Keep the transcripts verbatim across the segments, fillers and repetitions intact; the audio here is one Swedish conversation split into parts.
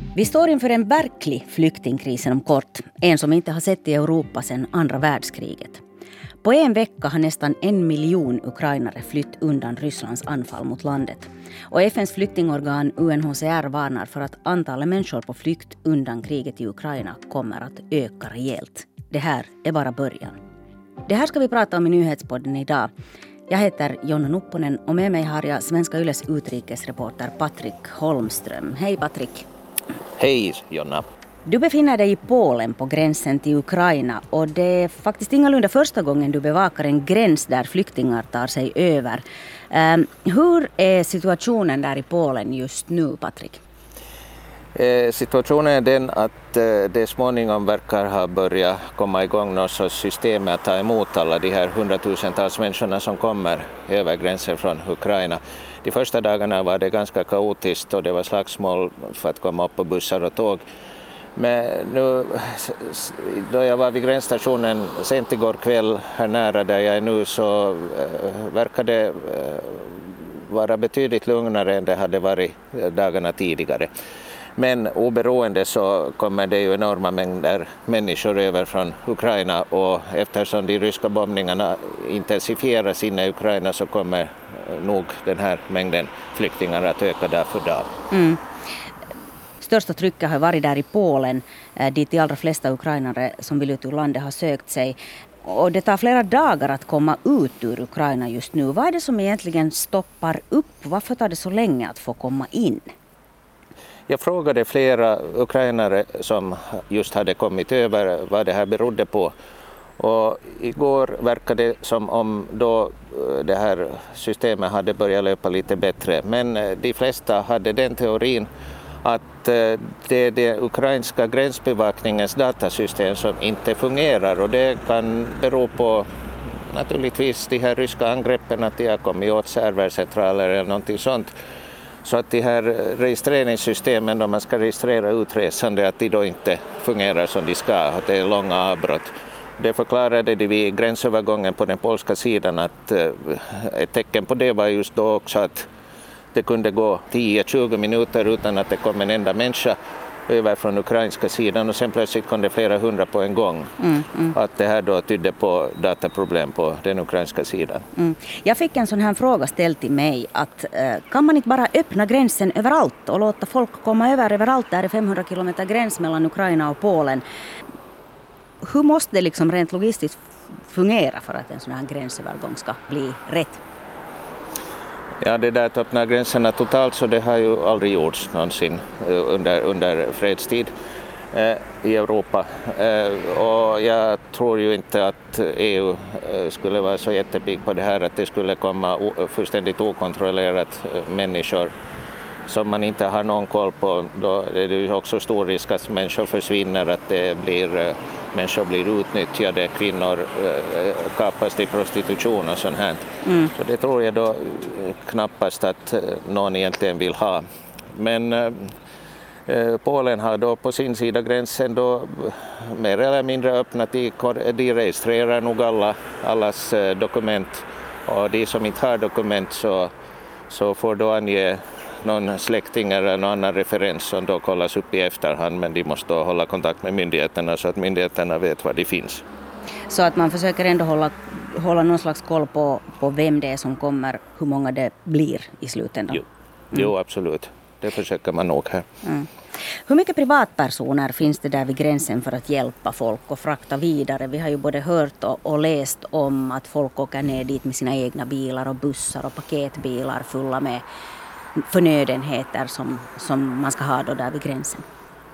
Vi står inför en verklig flyktingkris inom kort. En som vi inte har sett i Europa sedan andra världskriget. På en vecka har nästan en miljon ukrainare flytt undan Rysslands anfall mot landet. Och F N:s flyktingorgan U N H C R varnar för att antalet människor på flykt undan kriget i Ukraina kommer att öka rejält. Det här är bara början. Det här ska vi prata om i nyhetspodden idag. Jag heter Jonna Nupponen och med mig har jag Svenska Yles utrikesreporter Patrik Holmström. Hej Patrik. Hej Jonna. Du befinner dig i Polen på gränsen till Ukraina och det är faktiskt ingalunda första gången du bevakar en gräns där flyktingar tar sig över. Um, hur är situationen där i Polen just nu, Patrik? Eh, situationen är den att eh, det småningom verkar ha börjat komma igång något sorts system att ta emot alla de här hundratusentals människorna som kommer över gränsen från Ukraina. De första dagarna var det ganska kaotiskt och det var slagsmål för att komma upp på bussar och tåg. Men nu, då jag var vid gränsstationen sent igår kväll här nära där jag är nu, så äh, verkar det äh, vara betydligt lugnare än det hade varit dagarna tidigare. Men oberoende så kommer det ju enorma mängder människor över från Ukraina, och eftersom de ryska bombningarna intensifieras inne i Ukraina så kommer nog den här mängden flyktingar att öka dag för dag. Mm. Största trycket har varit där i Polen, dit de allra flesta ukrainare som vill ut ur landet har sökt sig. Och det tar flera dagar att komma ut ur Ukraina just nu. Vad är det som egentligen stoppar upp? Varför tar det så länge att få komma in? Jag frågade flera ukrainare som just hade kommit över vad det här berodde på. Och igår verkade det som om då det här systemet hade börjat löpa lite bättre. Men de flesta hade den teorin att det är den ukrainska gränsbevakningens datasystem som inte fungerar, och det kan bero på naturligtvis de här ryska angreppen, att de har kommit åt servercentraler eller någonting sånt. Så att de här registreringssystemen, då man ska registrera utresande, att de då inte fungerar som de ska, att det är långa avbrott. Det förklarade de vid gränsövergången på den polska sidan, att ett tecken på det var just då också att det kunde gå tio till tjugo minuter utan att det kom en enda människa över från ukrainska sidan, och sen plötsligt kom det flera hundra på en gång. Mm, mm. Att det här då tydde på dataproblem på den ukrainska sidan. Mm. Jag fick en sån här fråga ställd till mig, att eh, kan man inte bara öppna gränsen överallt och låta folk komma över överallt? Där är femhundra kilometer gräns mellan Ukraina och Polen. Hur måste det liksom rent logistiskt fungera för att en sån här gränsövergång ska bli rätt? Ja, det där att öppna gränserna totalt, så det har ju aldrig gjorts någonsin under, under fredstid eh, i Europa. Eh, och jag tror ju inte att E U eh, skulle vara så jättepig på det här, att det skulle komma o- fullständigt okontrollerat eh, människor som man inte har någon koll på. Då är det ju också stor risk att människor försvinner, att det blir, eh, människor blir utnyttjade, kvinnor eh, kapas till prostitution och sånt här. Mm. Så det tror jag då knappast att eh, någon egentligen vill ha. Men eh, Polen har då på sin sida gränsen då mer eller mindre öppnat. De, de registrerar nog alla, allas eh, dokument, och de som inte har dokument så, så får då ange någon släkting eller någon annan referens som då kollas upp i efterhand, men de måste då hålla kontakt med myndigheterna så att myndigheterna vet var de finns. Så att man försöker ändå hålla, hålla någon slags koll på, på vem det är som kommer, hur många det blir i slutändan? Jo, mm. jo absolut. Det försöker man nog här. Mm. Hur mycket privatpersoner finns det där vid gränsen för att hjälpa folk och frakta vidare? Vi har ju både hört och, och läst om att folk åker ner dit med sina egna bilar och bussar och paketbilar fulla med förnödenheter som, som man ska ha då där vid gränsen.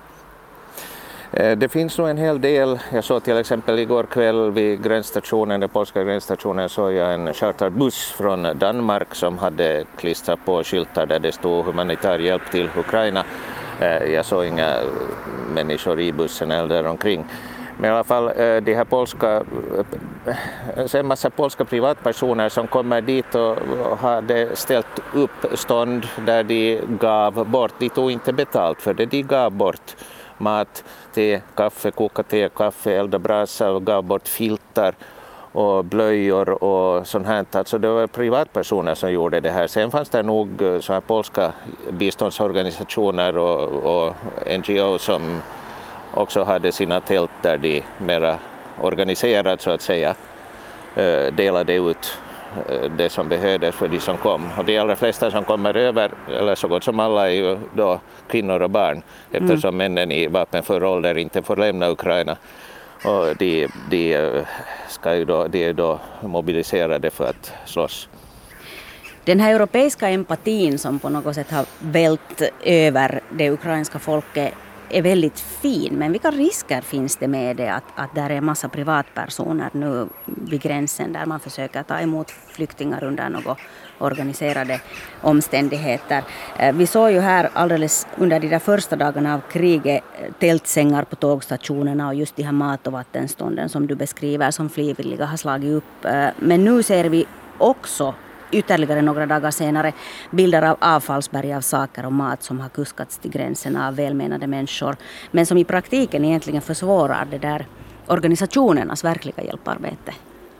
Det finns nog en hel del. Jag såg till exempel igår kväll vid gränsstationen, den polska gränsstationen, såg jag en charterbuss från Danmark som hade klistrat på skyltar där det stod humanitär hjälp till Ukraina. Jag såg inga människor i bussen eller där omkring. Men i alla fall de här polska, en massa polska privatpersoner som kommer dit och hade ställt upp stånd där de gav bort, de tog inte betalt för det, de gav bort mat, te, kaffe, koka te, kaffe, elda brasa och gav bort filtar och blöjor och sånt här. Alltså det var privatpersoner som gjorde det här. Sen fanns det nog så här polska biståndsorganisationer och, och N G O som också hade sina tält där de mera organiserat så att säga delade ut det som behövdes för de som kom. Och de allra flesta som kommer över, eller så gott som alla, är ju då kvinnor och barn, eftersom mm. männen i vapenför ålder inte får lämna Ukraina. Och de, de, ska ju då, de är då mobiliserade för att slåss. Den här europeiska empatin som på något sätt har vält över det ukrainska folket är väldigt fin, men vilka risker finns det med det att, att där är en massa privatpersoner nu vid gränsen där man försöker ta emot flyktingar under några organiserade omständigheter. Vi såg ju här alldeles under de där första dagarna av kriget tältsängar på tågstationerna och just de här mat- och vattenstånden som du beskriver som frivilliga har slagit upp. Men nu ser vi också ytterligare några dagar senare bilder av avfallsberg av saker och mat som har kuskats till gränserna av välmenande människor, men som i praktiken egentligen försvårar det där organisationernas verkliga hjälparbete.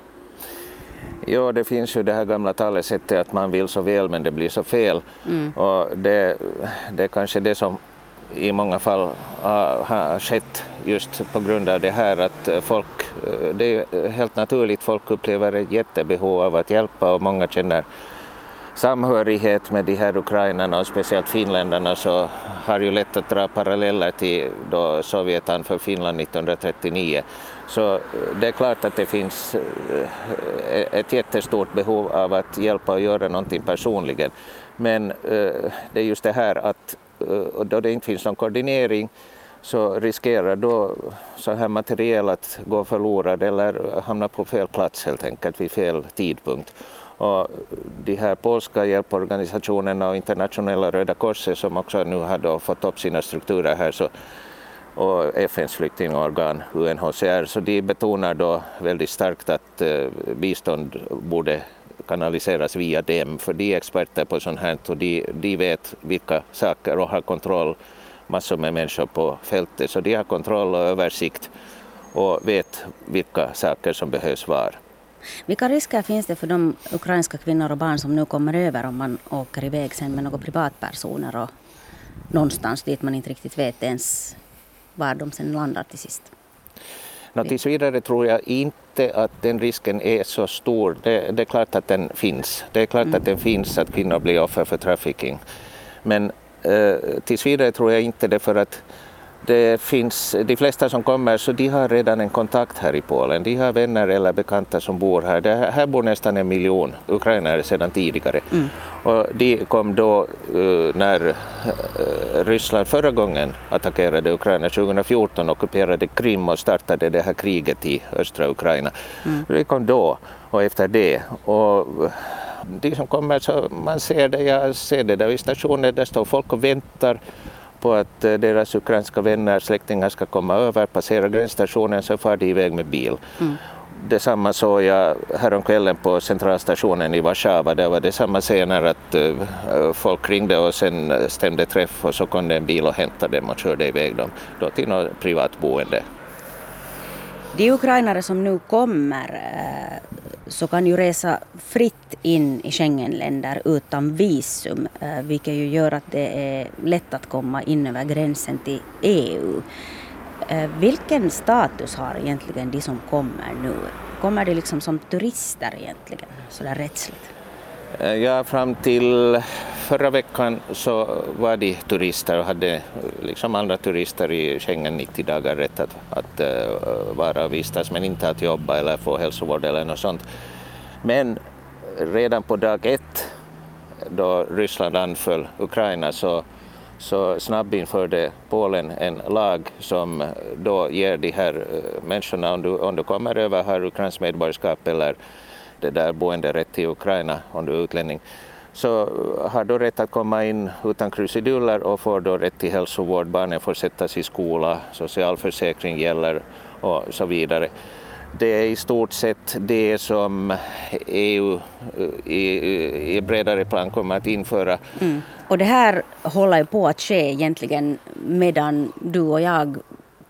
Ja, det finns ju det här gamla talesättet att man vill så väl men det blir så fel. Mm. Och det, det är kanske det som i många fall har, har skett just på grund av det här att folk, det är helt naturligt, folk upplever ett jättebehov av att hjälpa och många känner samhörighet med de här ukrainarna och speciellt finländarna, så har ju lätt att dra paralleller till då Sovjet anföll Finland nittonhundratrettionio. Så det är klart att det finns ett jättestort behov av att hjälpa och göra någonting personligen. Men det är just det här att då det inte finns någon koordinering så riskerar då så här material att gå förlorad eller hamna på fel plats helt enkelt vid fel tidpunkt. Och de här polska hjälporganisationerna och internationella Röda Korset som också nu har då fått upp sina strukturer här så, och F N:s flyktingorgan U N H C R, så de betonar då väldigt starkt att eh, bistånd borde kanaliseras via dem, för de är experter på sånt här och de, de vet vilka saker och har kontroll massor med människor på fältet, så de har kontroll och översikt och vet vilka saker som behövs var. Vilka risker finns det för de ukrainska kvinnor och barn som nu kommer över om man åker iväg sen med några privatpersoner och någonstans dit man inte riktigt vet ens var de sen landar till sist? Nå, tills vidare tror jag inte att den risken är så stor. Det, det är klart att den finns. Det är klart mm. att den finns att kvinnor blir offer för trafficking. Men eh, tills vidare tror jag inte det, för att det finns, de flesta som kommer så de har redan en kontakt här i Polen. De har vänner eller bekanta som bor här. Det här, här bor nästan en miljon ukrainare sedan tidigare. Mm. Och de kom då uh, när uh, Ryssland förra gången attackerade Ukraina tjugohundrafjorton, ockuperade Krim och startade det här kriget i östra Ukraina. Mm. De kom då och efter det. Och de som kommer så man ser det, jag ser det där vid stationen, där står folk och väntar på att deras ukrainska vänner, släktingar ska komma över, passera gränsstationen, så far de iväg med bil. Mm. Detsamma såg jag häromkvällen på centralstationen i Warszawa. Det var detsamma scener att uh, folk ringde och sen stämde träff och så kom det en bil och hämtade dem och körde iväg dem då till något privat boende. De ukrainare som nu kommer så kan ju resa fritt in i Schengenländer utan visum, vilket ju gör att det är lätt att komma in över gränsen till E U. Vilken status har egentligen de som kommer nu? Kommer de liksom som turister egentligen, sådär rättsligt? Ja, fram till förra veckan så var de turister och hade liksom andra turister i Schengen nittio dagar rätt att, att uh, vara och vistas, men inte att jobba eller få hälsovård eller något sånt. Men redan på dag ett då Ryssland anföll Ukraina så, så snabbinförde Polen en lag som då ger de här människorna, om du, om du kommer över här ukrainsk medborgarskap eller det där boenderätt till Ukraina om du är utlänning, så har då rätt att komma in utan krusiduller och får då rätt till hälsovård, barnen får sättas i skola, socialförsäkring gäller och så vidare. Det är i stort sett det som E U i, i bredare plan kommer att införa. Mm. Och det här håller ju på att ske egentligen medan du och jag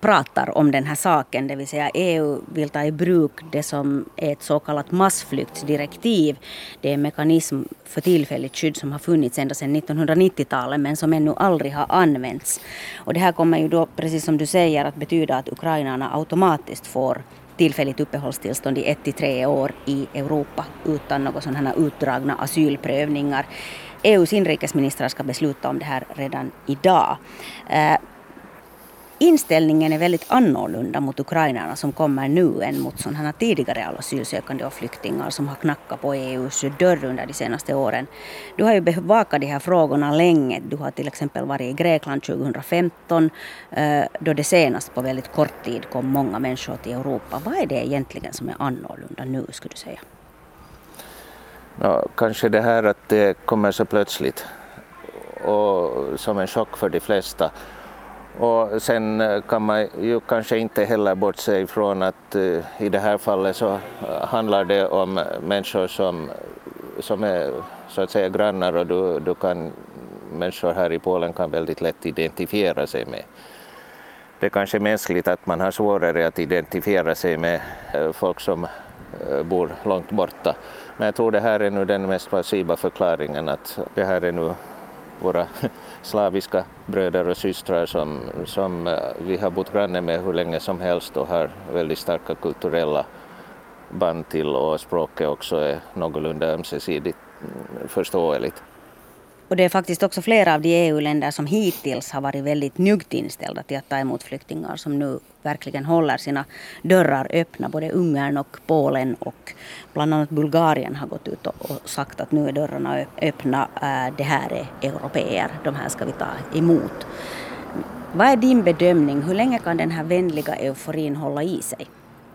pratar om den här saken, det vill säga E U vill ta i bruk det som är ett så kallat massflyktsdirektiv. Det är en mekanism för tillfälligt skydd som har funnits ända sedan nittonhundranittiotalet men som ännu aldrig har använts. Och det här kommer ju då, precis som du säger, att betyda att ukrainarna automatiskt får tillfälligt uppehållstillstånd i ett till tre år i Europa utan några sådana här utdragna asylprövningar. E U:s inrikesministrar ska besluta om det här redan idag. Eh, inställningen är väldigt annorlunda mot ukrainarna som kommer nu än mot sådana här tidigare asylsökande och flyktingar som har knackat på E U:s dörr under de senaste åren. Du har ju bevakat de här frågorna länge. Du har till exempel varit i Grekland tjugohundrafemton eh, då det senast på väldigt kort tid kom många människor till Europa. Vad är det egentligen som är annorlunda nu, skulle du säga? Ja, kanske det här att det kommer så plötsligt och som en chock för de flesta. Och sen kan man ju kanske inte heller bortse ifrån att uh, i det här fallet så handlar det om människor som, som är så att säga grannar och du, du kan, människor här i Polen kan väldigt lätt identifiera sig med. Det är kanske mänskligt att man har svårare att identifiera sig med uh, folk som uh, bor långt borta. Men jag tror det här är nu den mest plausibla förklaringen att det här är nu våra slaviska bröder och systrar som, som vi har bott granne med hur länge som helst och har väldigt starka kulturella band till och språket också är någorlunda ömsesidigt förståeligt. Och det är faktiskt också flera av de E U-länder som hittills har varit väldigt njuggt inställda till att ta emot flyktingar som nu verkligen håller sina dörrar öppna. Både Ungern och Polen och bland annat Bulgarien har gått ut och sagt att nu är dörrarna öppna. Det här är europeer, de här ska vi ta emot. Vad är din bedömning? Hur länge kan den här vänliga euforin hålla i sig?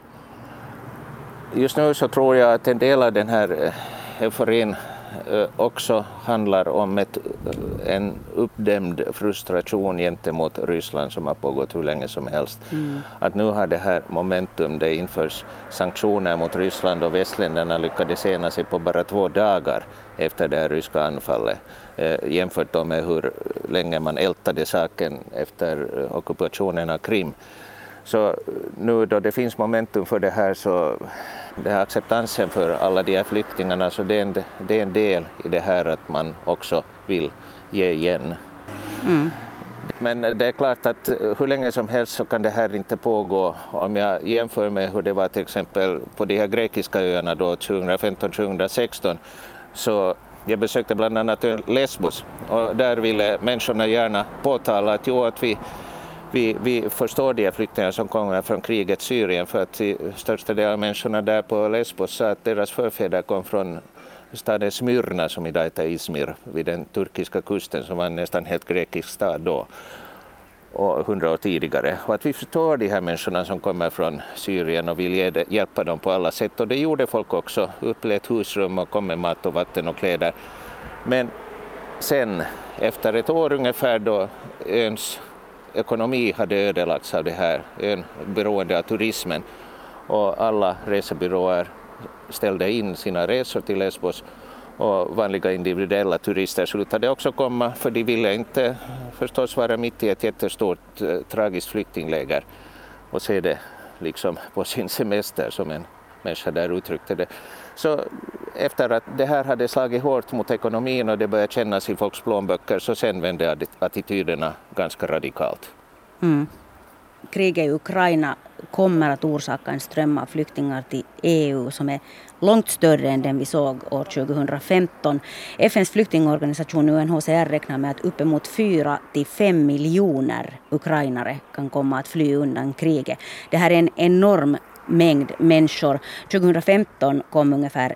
Just nu så tror jag att en del av den här euforin också handlar om ett, en uppdämd frustration gentemot Ryssland som har pågått hur länge som helst. Mm. Att nu har det här momentum, det införs sanktioner mot Ryssland och västländerna lyckades ena sig på bara två dagar efter det här ryska anfallet. Eh, jämfört då med hur länge man ältade saken efter ockupationen av Krim. Så nu då det finns momentum för det här så det här acceptansen för alla de här flyktingarna så det är en, det är en del i det här att man också vill ge igen. Mm. Men det är klart att hur länge som helst så kan det här inte pågå. Om jag jämför med hur det var till exempel på de här grekiska öarna då tjugohundrafemton tjugohundrasexton så jag besökte bland annat Lesbos och där ville människorna gärna påtala att jo att vi Vi, vi förstår de flyktingar som kommer från kriget Syrien för att största delen av människorna där på Lesbos sa att deras förfäder kom från staden Smyrna som idag heter Izmir vid den turkiska kusten som var en nästan helt grekisk stad då och hundra år tidigare. Och att vi förstår de här människorna som kommer från Syrien och vill ge, hjälpa dem på alla sätt och det gjorde folk också, upplät husrum och kom med mat och vatten och kläder. Men sen efter ett år ungefär då öns ekonomi hade ödelagts av det här, ön beroende av turismen och alla resebyråer ställde in sina resor till Lesbos och vanliga individuella turister slutade också komma för de ville inte förstås vara mitt i ett jättestort eh, tragiskt flyktingläger och se det liksom på sin semester som en människa där uttryckte det. Så efter att det här hade slagit hårt mot ekonomin och det började kännas i folks plånböcker så sen vände attityderna ganska radikalt. Mm. Kriget i Ukraina kommer att orsaka en ström av flyktingar till E U som är långt större än den vi såg år tjugohundrafemton. F N:s flyktingorganisation U N H C R räknar med att uppemot fyra till fem miljoner ukrainare kan komma att fly undan kriget. Det här är en enorm mängd människor. tjugohundrafemton kom ungefär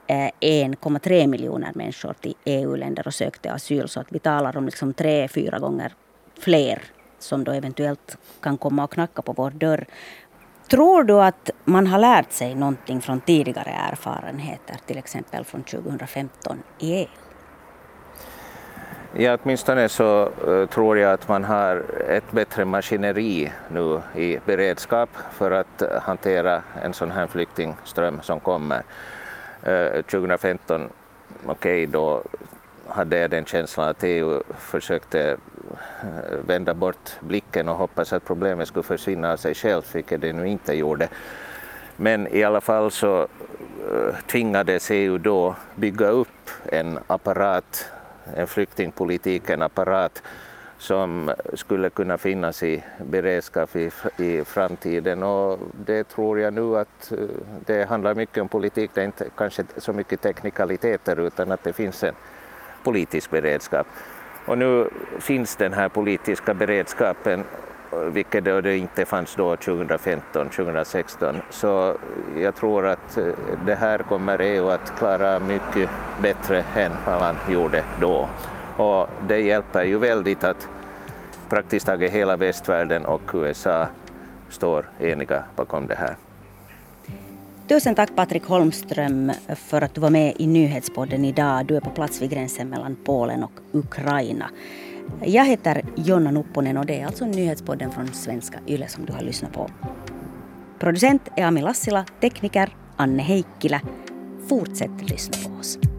en komma tre miljoner människor till E U-länder och sökte asyl så att vi talar om liksom tre, fyra gånger fler som då eventuellt kan komma och knacka på vår dörr. Tror du att man har lärt sig någonting från tidigare erfarenheter, till exempel från tjugohundrafemton i E U? Ja, åtminstone så uh, tror jag att man har ett bättre maskineri nu i beredskap för att uh, hantera en sån här flyktingström som kommer. Uh, tjugohundrafemton, okej, okay, då hade jag den känslan att E U försökte vända bort blicken och hoppas att problemet skulle försvinna av sig själv, vilket det nu inte gjorde. Men i alla fall så tvingades E U då bygga upp en apparat, en flyktingpolitik, en apparat som skulle kunna finnas i beredskap i, i framtiden. Och det tror jag nu att det handlar mycket om politik, det är inte kanske så mycket teknikaliteter utan att det finns en politisk beredskap. Och nu finns den här politiska beredskapen, vilket det inte fanns då tjugohundrafemton tjugohundrasexton. Så jag tror att det här kommer E U att klara mycket bättre än vad man gjorde då. Och det hjälper ju väldigt att praktiskt taget hela västvärlden och U S A står eniga bakom det här. Tusen tack Patrik Holmström för att du var med i Nyhetspodden idag. Du är på plats vid gränsen mellan Polen och Ukraina. Jag heter Jonna Nupponen och det är alltså Nyhetspodden från Svenska Yle som du har lyssnat på. Producent är Ami Lassila, tekniker Anne Heikkilä. Fortsätt lyssna på oss.